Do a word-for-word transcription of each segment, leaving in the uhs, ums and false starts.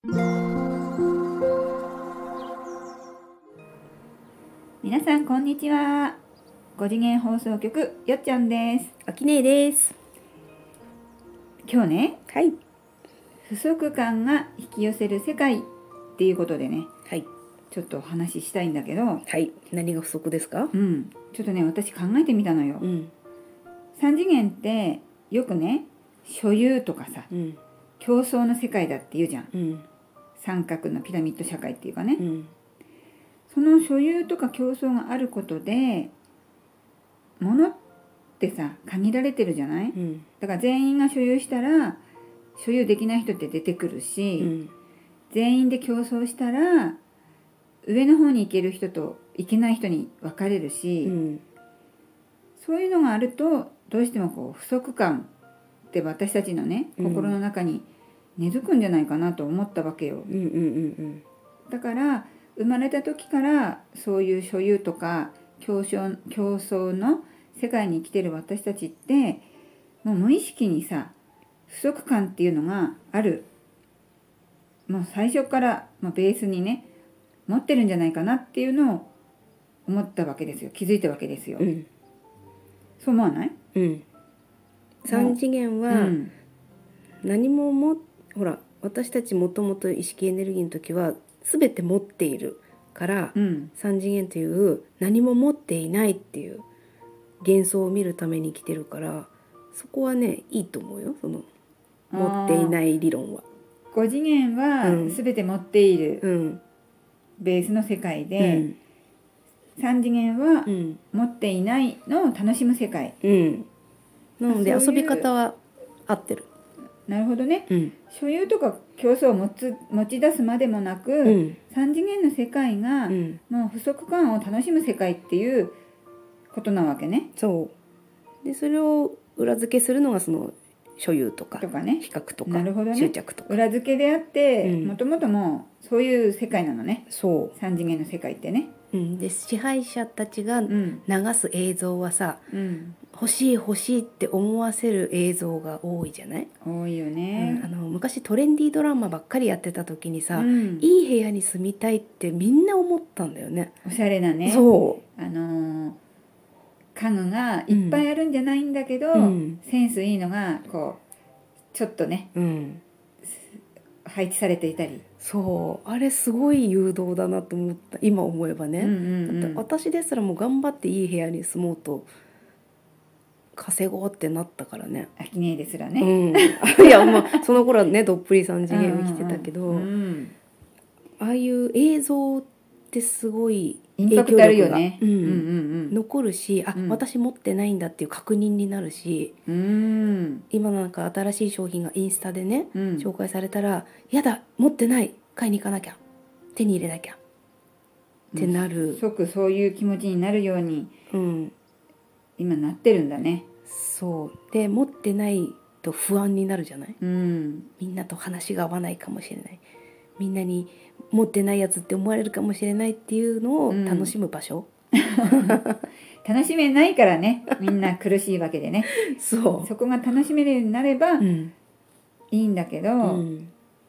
皆さんこんにちは。ご次元放送局よっちゃんです。 あきねえです。 今日ね、 はい。 不足感が引き寄せる世界っていうことでね、 はい。 ちょっとお話ししたいんだけど、 はい。何が不足ですか？ うん、ちょっとね私考えてみたのよ。 うん。 三次元ってよくね、所有とかさ、 うん。 競争の世界だって言うじゃん。 うん。 三角のピラミッド社会っていうかね、 うん。 その所有とか競争があることで、物ってさ限られてるじゃない？ うん。 だから全員が所有したら所有できない人って出てくるし、 うん。 全員で競争したら上の方に行ける人と行けない人に分かれるし、 うん。 そういうのがあるとどうしてもこう不足感って私たちのね、 うん心の中に根付くんじゃないかなと思ったわけよ。 うん。うん。うん。 だから生まれた時からそういう所有とか競争、競争の世界に生きてる私たちってもう無意識にさ不足感っていうのがある、もう最初からまあベースにね持ってるんじゃないかなっていうのを思ったわけですよ。気づいたわけですよ。 うん。 そう思わない？ うん。三次元うはん何もも、ほら私たちもともと意識エネルギーの時は全て持っているから、 うん三次元という何も持っていないっていう幻想を見るために生きてるから、そこはねいいと思うよ。その持っていない理論は。 ご次元はうん全て持っているうんベースの世界うで、 ん三次元はうん持っていないのを楽しむ世界。 うんなのであそういう遊び方は合ってる。 なるほどね。 うん所有とか競争を持つ持ち出すまでもなく、 うん三次元の世界が、 うんもう不足感を楽しむ世界っていうことなわけね。 そうでそれを裏付けするのがその所有とかとかね。 比較とかなるほどね。 執着とか。 裏付けであってうんもともともうそういう世界なのね。 そ三次元の世界ってね。 う、うん、で支配者たちがうん流す映像はさ、 うん欲しい欲しいって思わせる映像が多いじゃない、 多いようん、 ね。 あの昔トレンディードラマばっかりやってた時にさ、 うんいい部屋に住みたいってみんな思ったんだよね。 おしゃれなね。 そあのー家具がいっぱいあるんじゃないんだけど、 うんセンスいいのがこうちょっとねう、うん配置されていたり。 そうあれすごい誘導だなと思った今思えばね、 うんうんうんだって私ですらもう頑張っていい部屋に住もうと稼ごうってなったからね。 アキネーですらうね。 ん、いやまあその頃はねどっぷり三次元を生きてたけど、 うんうんうんああいう映像ってすごいインパクトあるよね。 影響うん力が、うん、残るし、あ、 うん私持ってないんだっていう確認になるし、 うんうん今なんか新しい商品がインスタでね、 うん紹介されたらやだ持ってない買いに行かなきゃ手に入れなきゃってなる、 即そういう気持ちになるようにうん、 今なってるんだね。 そうで持ってないと不安になるじゃない。 うんみんなと話が合わないかもしれない、みんなに持ってないやつって思われるかもしれないっていうのを楽しむ場所、 楽しめないからね、みんな苦しいわけでね。 そそこが楽しめるようになればう、うんいいんだけど、 うん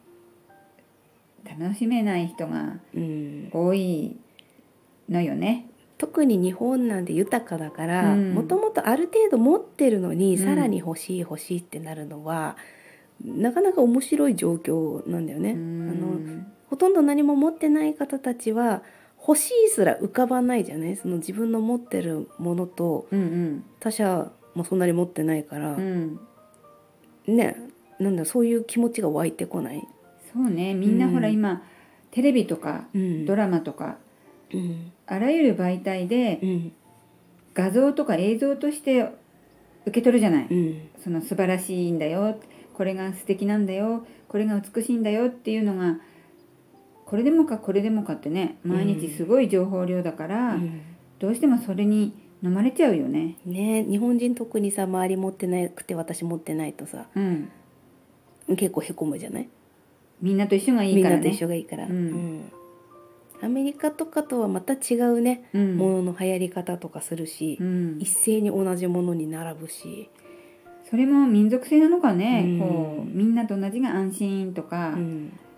楽しめない人がうん、 多いのよね。 特に日本なんて豊かだからうんもともとある程度持ってるのに、 うんさらに欲しい欲しいってなるのはなかなか面白い状況なんだよね。 うあのんほとんど何も持ってない方たちは欲しいすら浮かばないじゃない。その自分の持ってるものとうん他者もそんなに持ってないから、 うんね、なんだそういう気持ちが湧いてこない。 そうね、みんなほらうん今テレビとかうんドラマとかうんあらゆる媒体でうん画像とか映像として受け取るじゃない。 うんその素晴らしいんだよ、これが素敵なんだよ、これが美しいんだよっていうのがこれでもかこれでもかってね、毎日すごい情報量だから、 うんどうしてもそれに飲まれちゃうよね。 ね、日本人特にさ周り持ってなくて私持ってないとさうん結構へこむじゃない。 みんなと一緒がいいからね。 みんなと一緒がいいから、 うんうんアメリカとかとはまた違うね、 うんものの流行り方とかするし、 うん一斉に同じものに並ぶし、 それも民族性なのかね、 うんこうみんなと同じが安心とか、 うん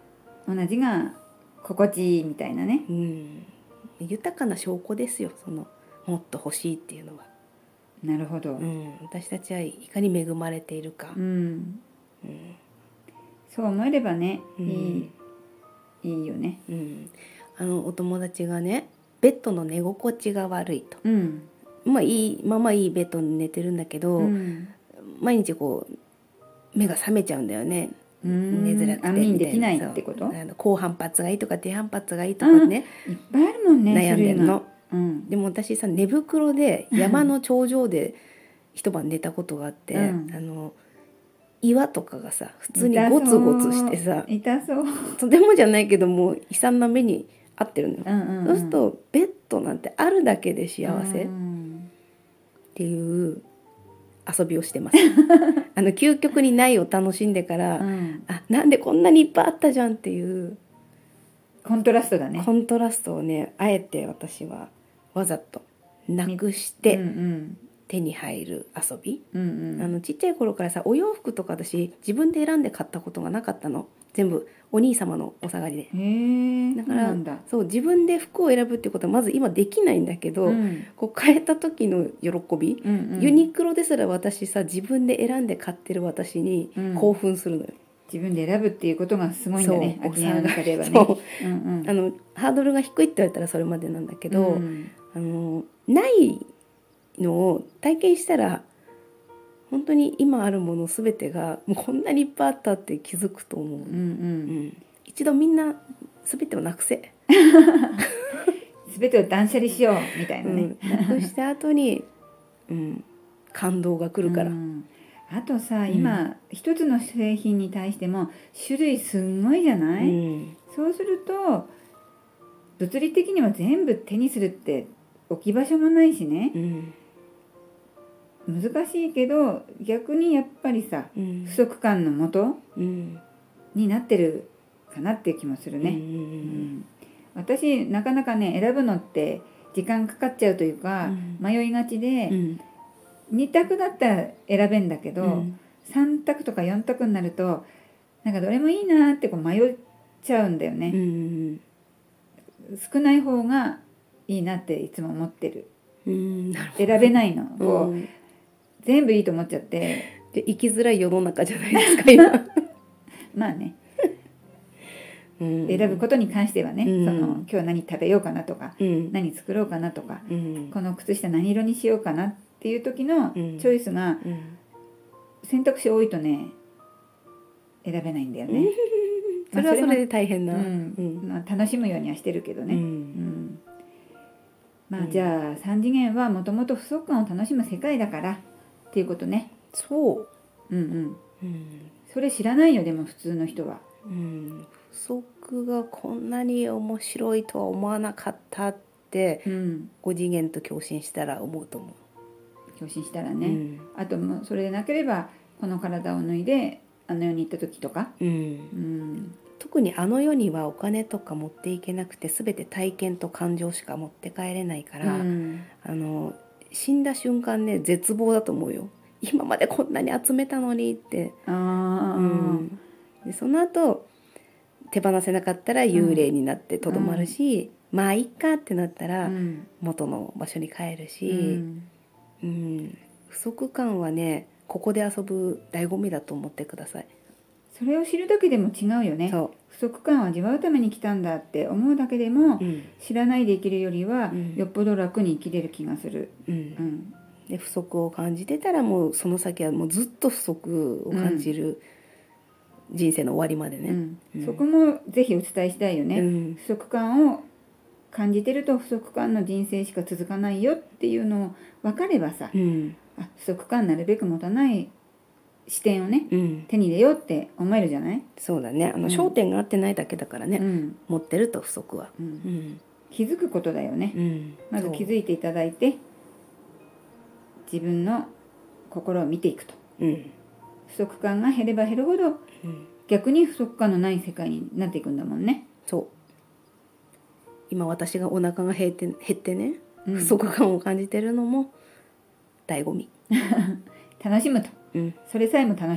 同じが心地いいみたいなね。 うん、豊かな証拠ですよ、そのもっと欲しいっていうのは。 なるほど、 うん、私たちはいかに恵まれているか、 うんうんそう思えればね、 うんいいいいよね。 うん、あのお友達がね、ベッドの寝心地が悪いと、 うんまあいいまあまあいいベッドに寝てるんだけど、 うん、 毎日こう目が覚めちゃうんだよね。 うーん寝づらくて安眠みたいな。 できないってこと？ そうあの高反発がいいとか低反発がいいとかね、 いっぱいあるもんね、 悩んでんの。 種類が。うん、 でも私さ、寝袋で山の頂上で一晩寝たことがあって、 うんあの岩とかがさ普通にゴツゴツしてさ、 痛そう。 とてもじゃないけどもう悲惨な目に遭ってるのよ、 うんうんうん、 そうするとベッドなんてあるだけで幸せっうんていう遊びをしてますあの究極にないを楽しんでから、 うん、 あ、なんでこんなにいっぱいあったじゃんっていうコントラストだね。 コントラストをね、あえて私はわざとなくしてうん手に入る遊び、 うんうん、 あのちっちゃい頃からさ、お洋服とか私自分で選んで買ったことがなかったの。全部お兄様のお下がりで。 へえ、 だからそうなんだ。 そう自分で服を選ぶっていうことはまず今できないんだけど、 うんこう買えた時の喜び、 うんうん、 ユニクロですら私さ、自分で選んで買ってる私に興奮するのよ、 自分で選ぶっていうことがすごいんだね、 そう秋音の中ではね。 そう、 うんうん、 あのハードルが低いって言われたらそれまでなんだけど、 うんあのないのを体験したら本当に今あるもの全てがもうこんなにいっぱいあったって気づくと思う、 うんうんうん、一度みんな全てをなくせ全てを断捨離しようみたいなね、 うん、なくした後に、うん、感動が来るから、 うん、あとさ、今一つの製品に対しても種類すんごいじゃない、 うん、 そうすると物理的には全部手にするって置き場所もないしね、 うん、 難しいけど逆にやっぱりさ、 うん、 不足感のもとうんになってるかなっていう気もするね、 うんうん、私なかなかね選ぶのって時間かかっちゃうというか、 うん迷いがちで、 うん、 に択だったら選べんだけど、 うん、 さん択とかよん択になるとなんかどれもいいなってこう迷っちゃうんだよね、 うん、 少ない方がいいなっていつも思ってる、 うん、なるほど。 選べないのこう、 うん、 全部いいと思っちゃってで生きづらい世の中じゃないですか今まあね、 うん、 選ぶことに関してはね、 うん、 その今日は何食べようかなとか、 うん、 何作ろうかなとか、 うん、 この靴下何色にしようかなっていう時のチョイスがうん、 選択肢多いとね選べないんだよね、 それはそれで大変な、 うんうんまあ、楽しむようにはしてるけどね、 うんうんまあ、 うんじゃあさん次元はもともと不足感を楽しむ世界だからっていうことね。 そう、 うんうん、 うんそれ知らないよでも普通の人は。 うん、不足がこんなに面白いとは思わなかったって、 うん、 ご次元と共振したら思うと思う。 共振したらね、 うん、 あともうそれでなければこの体を脱いであの世に行った時とか、 うんうん、 特にあの世にはお金とか持っていけなくて全て体験と感情しか持って帰れないから、 うん、 あの死んだ瞬間ね絶望だと思うよ。今までこんなに集めたのにって、 あ、 うん、でその後手放せなかったら幽霊になってとどまるし、うん、まあいっかってなったら元の場所に帰るし、 うんうん、不足感はねここで遊ぶ醍醐味だと思ってください。 それを知るだけでも違うよね。 そう不足感を味わうために来たんだって思うだけでも、 うん、 知らないで生きるよりは、 うん、 よっぽど楽に生きれる気がする、 うんうん、 で不足を感じてたらもうその先はもうずっと不足を感じる人生の終わりまでね、 うんうん、 そこもぜひお伝えしたいよね、 うん、 不足感を感じてると不足感の人生しか続かないよっていうのを分かればさ、 うん、 あ不足感なるべく持たない視点をね、 うん、 手に入れようって思えるじゃない。 そうだね、あの、 うん、 焦点が合ってないだけだからね、 うん、 持ってると不足は、 うんうん、 気づくことだよね、 うん、 まず気づいていただいて自分の心を見ていくと、 うん、 不足感が減れば減るほど、 うん、 逆に不足感のない世界になっていくんだもんね。 そう今私がお腹が減って減ってね、 うん、 不足感を感じてるのも醍醐味楽しむと、 うん、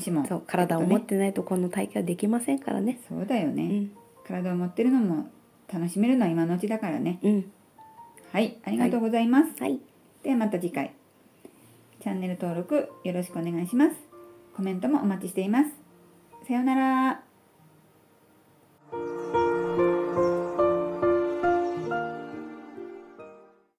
それさえも楽しもう、 そう体を持ってないとこの体験はできませんからね。 そうだよね、 うん、 体を持ってるのも楽しめるのは今のうちだからね。 うん。 はい、ありがとうございます。 はい。 ではまた次回。チャンネル登録よろしくお願いします。コメントもお待ちしています。さようなら。